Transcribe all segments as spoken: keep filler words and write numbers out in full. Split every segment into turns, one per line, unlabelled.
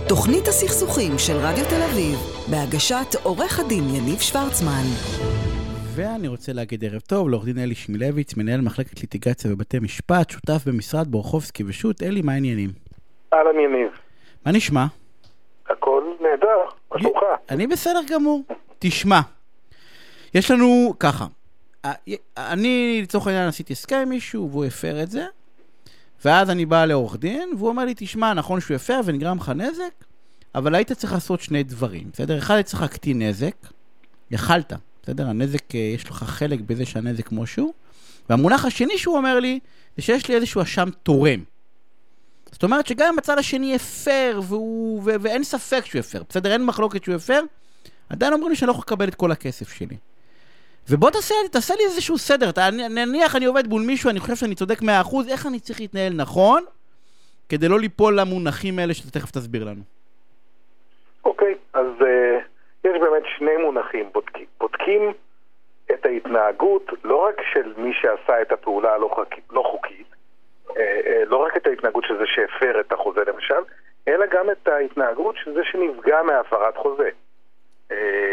תוכנית הסכסוכים של רדיו תל אביב, בהגשת עורך הדין יניב שוורצמן.
ואני רוצה להגיד ערב טוב לעורך דין אלי שמילביץ, מנהל מחלקת ליטיגציה בבתי משפט, שותף במשרד בורחובסקי ושות'. אלי, מה העניינים?
אהלן יניב.
מה נשמע?
הכל נהדר, מה שלומך?
אני בסדר גמור. תשמע, יש לנו ככה, אני לצורך העניין עשיתי הסכם עם מישהו והוא הפר את זה, ואז אני בא לעורך דין והוא אומר לי, תשמע, נכון שהוא הפר ונגרם לך נזק, אבל היית צריך לעשות שני דברים, בסדר? אחד, היית צריך להקטין נזק, יכלת, בסדר? הנזק, יש לך חלק בזה שהנזק כמו שהוא, והמונח השני שהוא אומר לי, זה שיש לי איזשהו אשם תורם. זאת אומרת שגם אם הצד השני יפר, והוא, ו- ואין ספק שהוא יפר, בסדר? אין מחלוקת שהוא יפר, עדיין אומרים לי שאני לא יכול לקבל את כל הכסף שלי. ובוא תעשה, תעשה לי איזשהו סדר, נניח אני עובד מול מישהו, אני חושב שאני צודק מאה אחוז, איך אני צריך להתנהל נכון, כדי לא ליפול למונחים האלה שאתה תכף תסביר לנו.
אוקיי, אז uh, יש באמת שני מונחים, בודקים, בודקים את ההתנהגות, לא רק של מי שעשה את הפעולה הלא חוקית, לא חוקית, uh, uh, לא רק את ההתנהגות של זה שהפר את החוזה למשל, אלא גם את ההתנהגות של זה שנפגע מהפרת חוזה. Uh,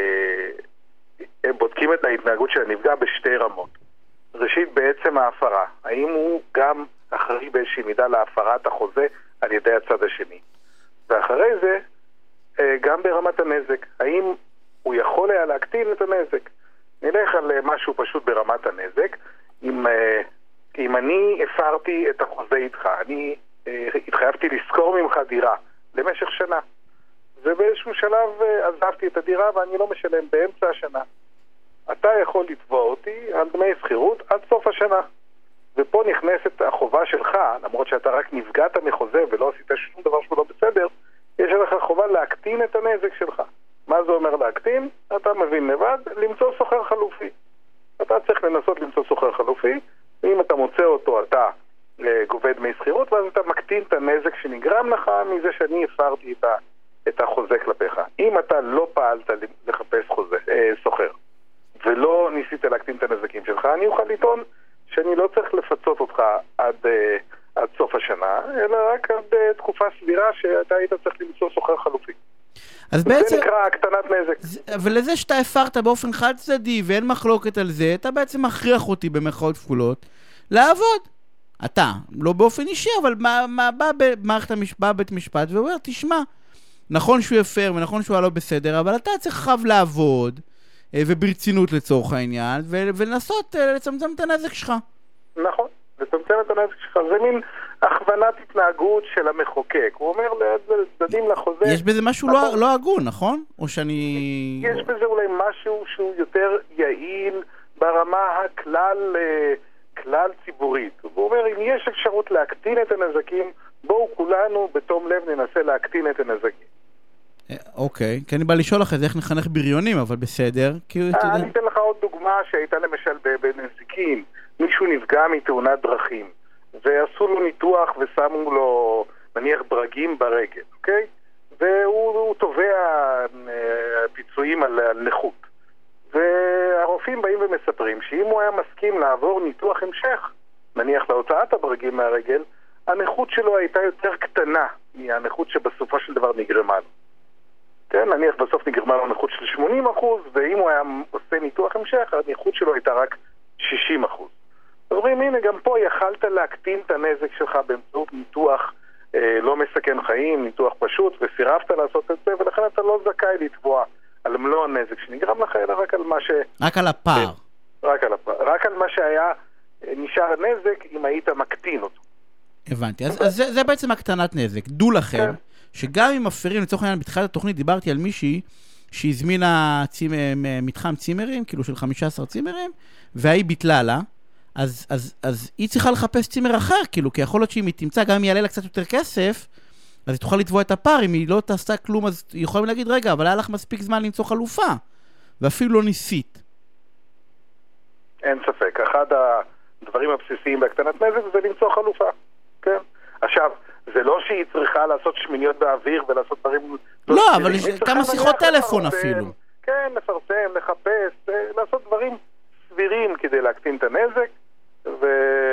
הם בודקים את ההתנהגות של הנפגע בשתי רמות. ראשית, בעצם ההפרה. האם הוא גם אחראי באיזושהי מידה להפרת החוזה על ידי הצד השני. ואחרי זה, גם ברמת הנזק. האם הוא יכול היה להקטין את הנזק? נלך על משהו פשוט ברמת הנזק. אם, אם אני הפרתי את החוזה איתך, אני התחייבתי לזכור ממך דירה למשך שנה. ובאיזשהו שלב עזבתי את הדירה ואני לא משלם באמצע השנה. אתה יכול לתבוע אותי על דמי שכירות עד סוף השנה. ופה נכנסת החובה שלך, למרות שאתה רק נפגעת מחוזה ולא עשית שום דבר שהוא לא בסדר, יש לך חובה להקטין את הנזק שלך. מה זה אומר להקטין? אתה מבין לבד, למצוא סוחר חלופי. אתה צריך לנסות למצוא סוחר חלופי, ואם אתה מוצא אותו, אתה גובה דמי שכירות, ואז אתה מקטין את הנזק שנגרם לך מזה שאני הפרתי את, ה, את החוזה כלפיך. אם אתה לא פעלת לחפש חוזה, אה, סוחר, ולא ניסית להקטין את הנזקים שלך, אני אוכל לטעון שאני לא צריך לפצות אותך עד, אה, עד סוף השנה, אלא רק עד אה, תקופה סבירה שאתה היית צריך למצוא סוחר חלופי.
אז בעצם...
זה נקרא הקטנת נזק.
ולזה שאתה הפרת באופן חד צדדי ואין מחלוקת על זה, אתה בעצם מכריח אותי במרכאות כפולות לעבוד. אתה, לא באופן אישי, אבל מה, מה בא במערכת המשפט, בית משפט, ואומר, תשמע, נכון שהוא יפר ונכון שהוא היה לא בסדר, אבל אתה צריך חייב לעבוד, וברצינות לצורך העניין, ולנסות לצמצם את הנזק שלך.
נכון, לצמצם את הנזק שלך. זה מין הכוונת התנהגות של המחוקק. הוא אומר לצדדים לחוזה... יש
בזה משהו לא הגון, נכון? או שאני...
יש בזה אולי משהו שהוא יותר יעיל ברמה הכלל כלל ציבורית. הוא אומר, אם יש אפשרות להקטין את הנזקים, בואו כולנו בתום לב ננסה להקטין את הנזקים.
אוקיי, כי אני בא לשאול לך איך נחנך בריונים, אבל בסדר.
אני אתן לך עוד דוגמה שהייתה למשל בנזיקין. מישהו נפגע מתאונת דרכים, ועשו לו ניתוח ושמו לו, נניח, ברגים ברגל, אוקיי? והוא תובע פיצויים על נכות. והרופאים באים ומספרים שאם הוא היה מסכים לעבור ניתוח המשך, נניח להוצאת הברגים מהרגל, הנכות שלו הייתה יותר קטנה מהנכות שבסופו של דבר נגרמה לו. כן, נניח בסוף נגרמה לו נכות של שמונים אחוז, ואם הוא היה עושה ניתוח המשך, הנכות שלו הייתה רק שישים אחוז. אז אומרים, הנה, גם פה יכלת להקטין את הנזק שלך באמצעות ניתוח אה, לא מסכן חיים, ניתוח פשוט, וסירבת לעשות את זה, ולכן אתה לא זכאי לתבוע על מלוא הנזק שנגרם לך, אלא רק על מה ש...
רק על הפער.
רק על הפער. רק על מה שהיה נשאר נזק אם היית מקטין אותו.
הבנתי. אז, אז זה, זה בעצם הקטנת נזק. דו לכם, כן. שגם אם מפרים, לצורך העניין, בתחילת התוכנית דיברתי על מישהי שהזמינה צימ... מתחם צימרים, כאילו של חמישה עשר צימרים, והיא ביטלה לה, אז, אז, אז היא צריכה לחפש צימר אחר, כאילו, כי יכול להיות שאם היא תמצא, גם אם יעלה לה קצת יותר כסף, אז היא תוכל לתבוע את הפער. אם היא לא תעשה כלום, אז היא יכולה להגיד, רגע, אבל היה לך מספיק זמן למצוא חלופה, ואפילו לא ניסית.
אין ספק. אחד הדברים הבסיסיים בהקטנת נזק זה למצוא חלופה. כן? עכשיו, זה לא שהיא צריכה לעשות שמיניות באוויר ולעשות דברים...
לא, אבל כמה שיחות טלפון אפילו.
כן, לפרסם, לחפש, לעשות דברים סבירים כדי להקטין את הנזק, ו...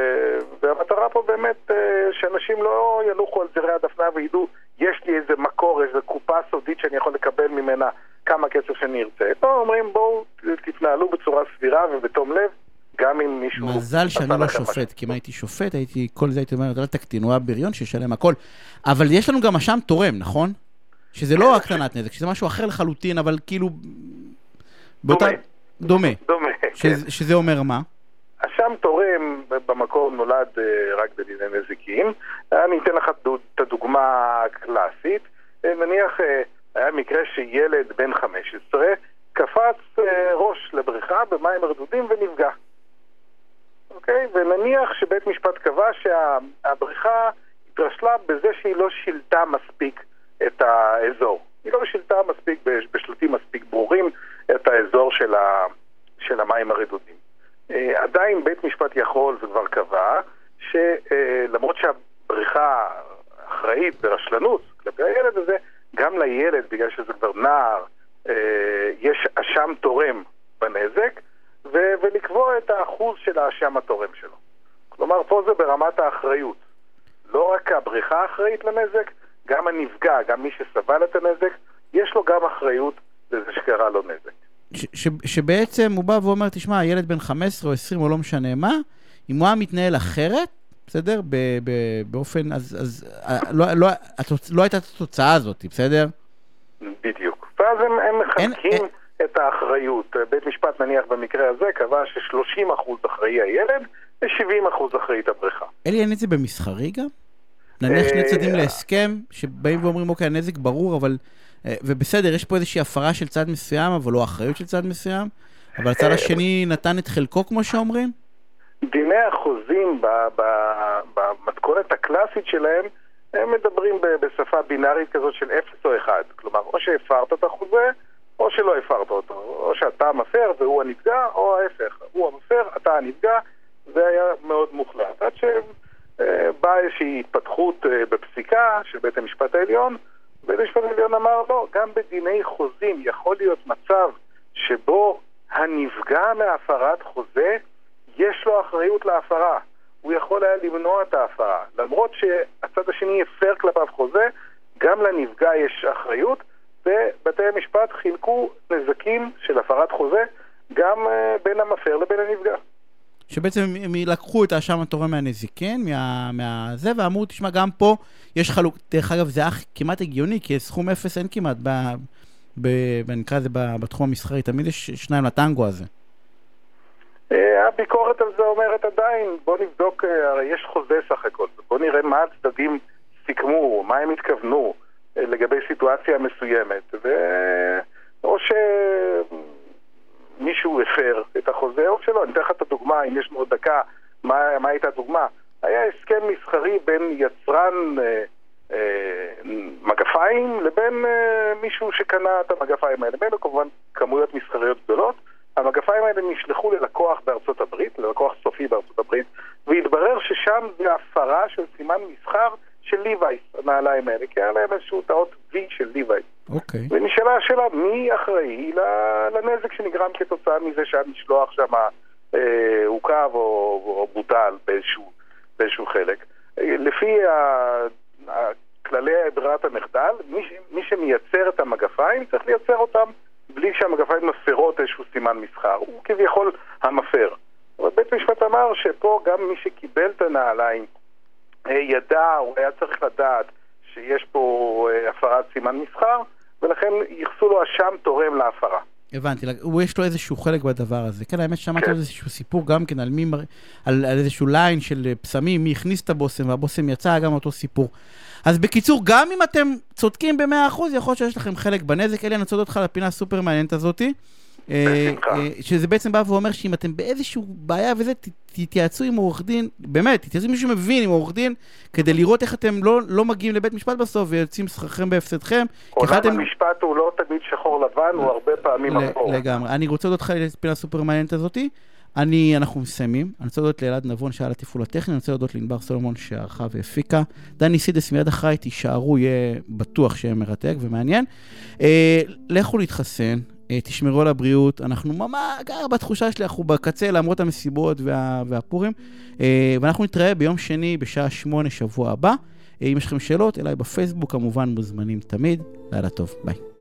והמטרה פה באמת שאנשים לא ינוחו על זרי הדפנה וידעו, יש לי איזה מקור לשמור איזו קופה סודית שאני יכול לקבל ממנה כמה כסף שאני ארצה. לא, אומרים בואו תתנהלו בצורה סבירה ובתום לב, גם אם מישהו...
מזל שאני לא שופט, כי אם הייתי שופט, הייתי, כל זה הייתי אומר, אל תקטינו, הבריון שישלם הכל. אבל יש לנו גם אשם תורם, נכון? שזה לא רק קטנת נזק, שזה משהו אחר לחלוטין, אבל כאילו...
דומה.
דומה.
דומה, כן.
שזה אומר מה?
אשם תורם במקור נולד רק בדיני נזיקין. אני אתן לך את הדוגמה הקלאסית. נניח היה מקרה שילד בן חמש עשרה קפץ ראש לבריכה במים רדודים ונפגע. אוקיי? ונניח שבית משפט קבע שהבריכה התרשלה בזה שהיא לא שילטה מספיק את האזור. היא לא שילטה מספיק בשלטים מספיק ברורים את האזור של, ה, של המים הרדודים. עדיין בית משפט יכול וכבר קבע שלמרות שהבריכה אחראית ברשלנות כלפי הילד הזה, גם לילד, בגלל שזה כבר נער, יש אשם תורם בנזק, ו- ולקבוע את האחוז של האשם התורם שלו. כלומר, פה זה ברמת האחריות. לא רק הבריכה אחראית לנזק, גם הנפגע, גם מי שסבל את הנזק, יש לו גם אחריות לזה שקרה לו נזק.
ש- ש- שבעצם הוא בא ואומר, תשמע, ילד בן חמש עשרה או עשרים או לא משנה מה, אם הוא היה מתנהל אחרת, בסדר? ב- ב- באופן, אז, אז לא, לא, התוצ... לא הייתה את התוצאה הזאת, בסדר?
בדיוק. ואז הם, הם מחלקים
אין,
את האחריות. בית משפט נניח במקרה הזה קבע ש-שלושים אחוז אחראי הילד ו-שבעים אחוז אחראית הבריכה.
אלי, אין את זה במסחרי גם? נניח שני צדדים להסכם, שבאים ואומרים, אוקיי, הנזק ברור, אבל... ובסדר, יש פה איזושהי הפרה של צד מסוים, אבל לא אחריות של צד מסוים, אבל הצד השני נתן את חלקו, כמו שאומרים?
דיני החוזים במתכונת הקלאסית שלהם, הם מדברים בשפה בינארית כזאת של אפס או אחד. כלומר, או שהפרת את החוזה, או שלא הפרת אותו. או שאתה המפר והוא הנפגע, או ההפך. הוא המפר, אתה הנפגע, זה היה מאוד מוחלט. עד שבאה איזושהי התפתחות בפסיקה של בית המשפט העליון, בית המשפט העליון אמר, לא, גם בדיני חוזים יכול להיות מצב שבו הנפגע מהפרת חוזה, יש לו אחריות להפרה. הוא יכול היה למנוע את ההפרה. למרות שהצד השני הפר כלפיו חוזה, גם לנפגע יש אחריות, ובתי המשפט חילקו נזקים של הפרת חוזה, גם בין המפר לבין הנפגע.
שבעצם הם לקחו את האשם התורם מהנזיקין, מה, מה... ואמרו, תשמע, גם פה יש חלוק, דרך אגב, זה כמעט הגיוני, כי סכום אפס אין כמעט, ב, ב, נקרא את זה בתחום המסחרי, תמיד יש שניים לטנגו הזה.
הביקורת על זה אומרת עדיין, בוא נבדוק, הרי יש חוזה סך הכל, בוא נראה מה הצדדים סיכמו, מה הם התכוונו לגבי סיטואציה מסוימת, ו... או שמישהו הפר את החוזה, או שלא. אני אתן לך את הדוגמה, אם יש מאוד דקה, מה, מה הייתה הדוגמה? היה הסכם מסחרי בין יצרן אה, אה, מגפיים לבין אה, מישהו שקנה את המגפיים האלה. בין כמובן כמויות מסחריות גדולות. המגפיים האלה נשלחו ללקוח בארצות הברית, ללקוח סופי בארצות הברית, והתברר ששם זה הפרה של סימן מסחר של ליווייס, הנעליים האלה, כי היה להם איזשהו טעות וי של ליווייס.
אוקיי.
ונשאלה השאלה, מי אחראי לנזק שנגרם כתוצאה מזה שהמשלוח שם אה, עוקב או, או בוטל באיזשהו, באיזשהו חלק. לפי כללי ברירת המחדל, מי, מי שמייצר את המגפיים צריך לייצר אותם בלי שהמגפיים מפרות איזשהו סימן מסחר. הוא כביכול המפר. אבל בית משפט אמר שפה גם מי שקיבל את הנעליים ידע, הוא היה צריך לדעת שיש פה הפרת סימן מסחר, ולכן יחסו לו אשם תורם להפרה.
הבנתי, הוא יש לו איזשהו חלק בדבר הזה. כן, האמת שמעתי כן. איזשהו סיפור גם כן על, מי, על, על איזשהו ליין של פסמים, מי הכניס את הבוסם, והבוסם יצא גם אותו סיפור. אז בקיצור, גם אם אתם צודקים ב-מאה אחוז, יכול להיות שיש לכם חלק בנזק. אלי, אני רוצה אותך לפינה הסופר מעניינת הזאת, שזה בעצם בא ואומר שאם אתם באיזשהו בעיה וזה, תתייעצו עם עורך דין, באמת, תתייעצו עם מישהו מבין עם עורך דין, כדי לראות איך אתם לא, לא מגיעים לבית משפט בסוף, ויוצאים שכרכם בהפסדכם.
עולם המשפט הוא לא תמיד שחור לבן, הוא הרבה פעמים אפור.
לגמרי. אני רוצה אותך לפינה הסופר מעניינת הזאת. אני, אנחנו מסיימים. אני רוצה להודות לאלעד נבון שהיה לתפעול הטכני, אני רוצה להודות לענבר סולומון שערכה והפיקה. דני סידס מיד אחריי, תישארו, יהיה בטוח שיהיה מרתק ומעניין. אה, לכו להתחסן, אה, תשמרו על הבריאות, אנחנו ממש, בתחושה שלי, אנחנו בקצה למרות המסיבות וה, והפורים, אה, ואנחנו נתראה ביום שני בשעה שמונה שבוע הבא. אם יש לכם שאלות, אליי בפייסבוק כמובן מוזמנים תמיד. לילה טוב, ביי.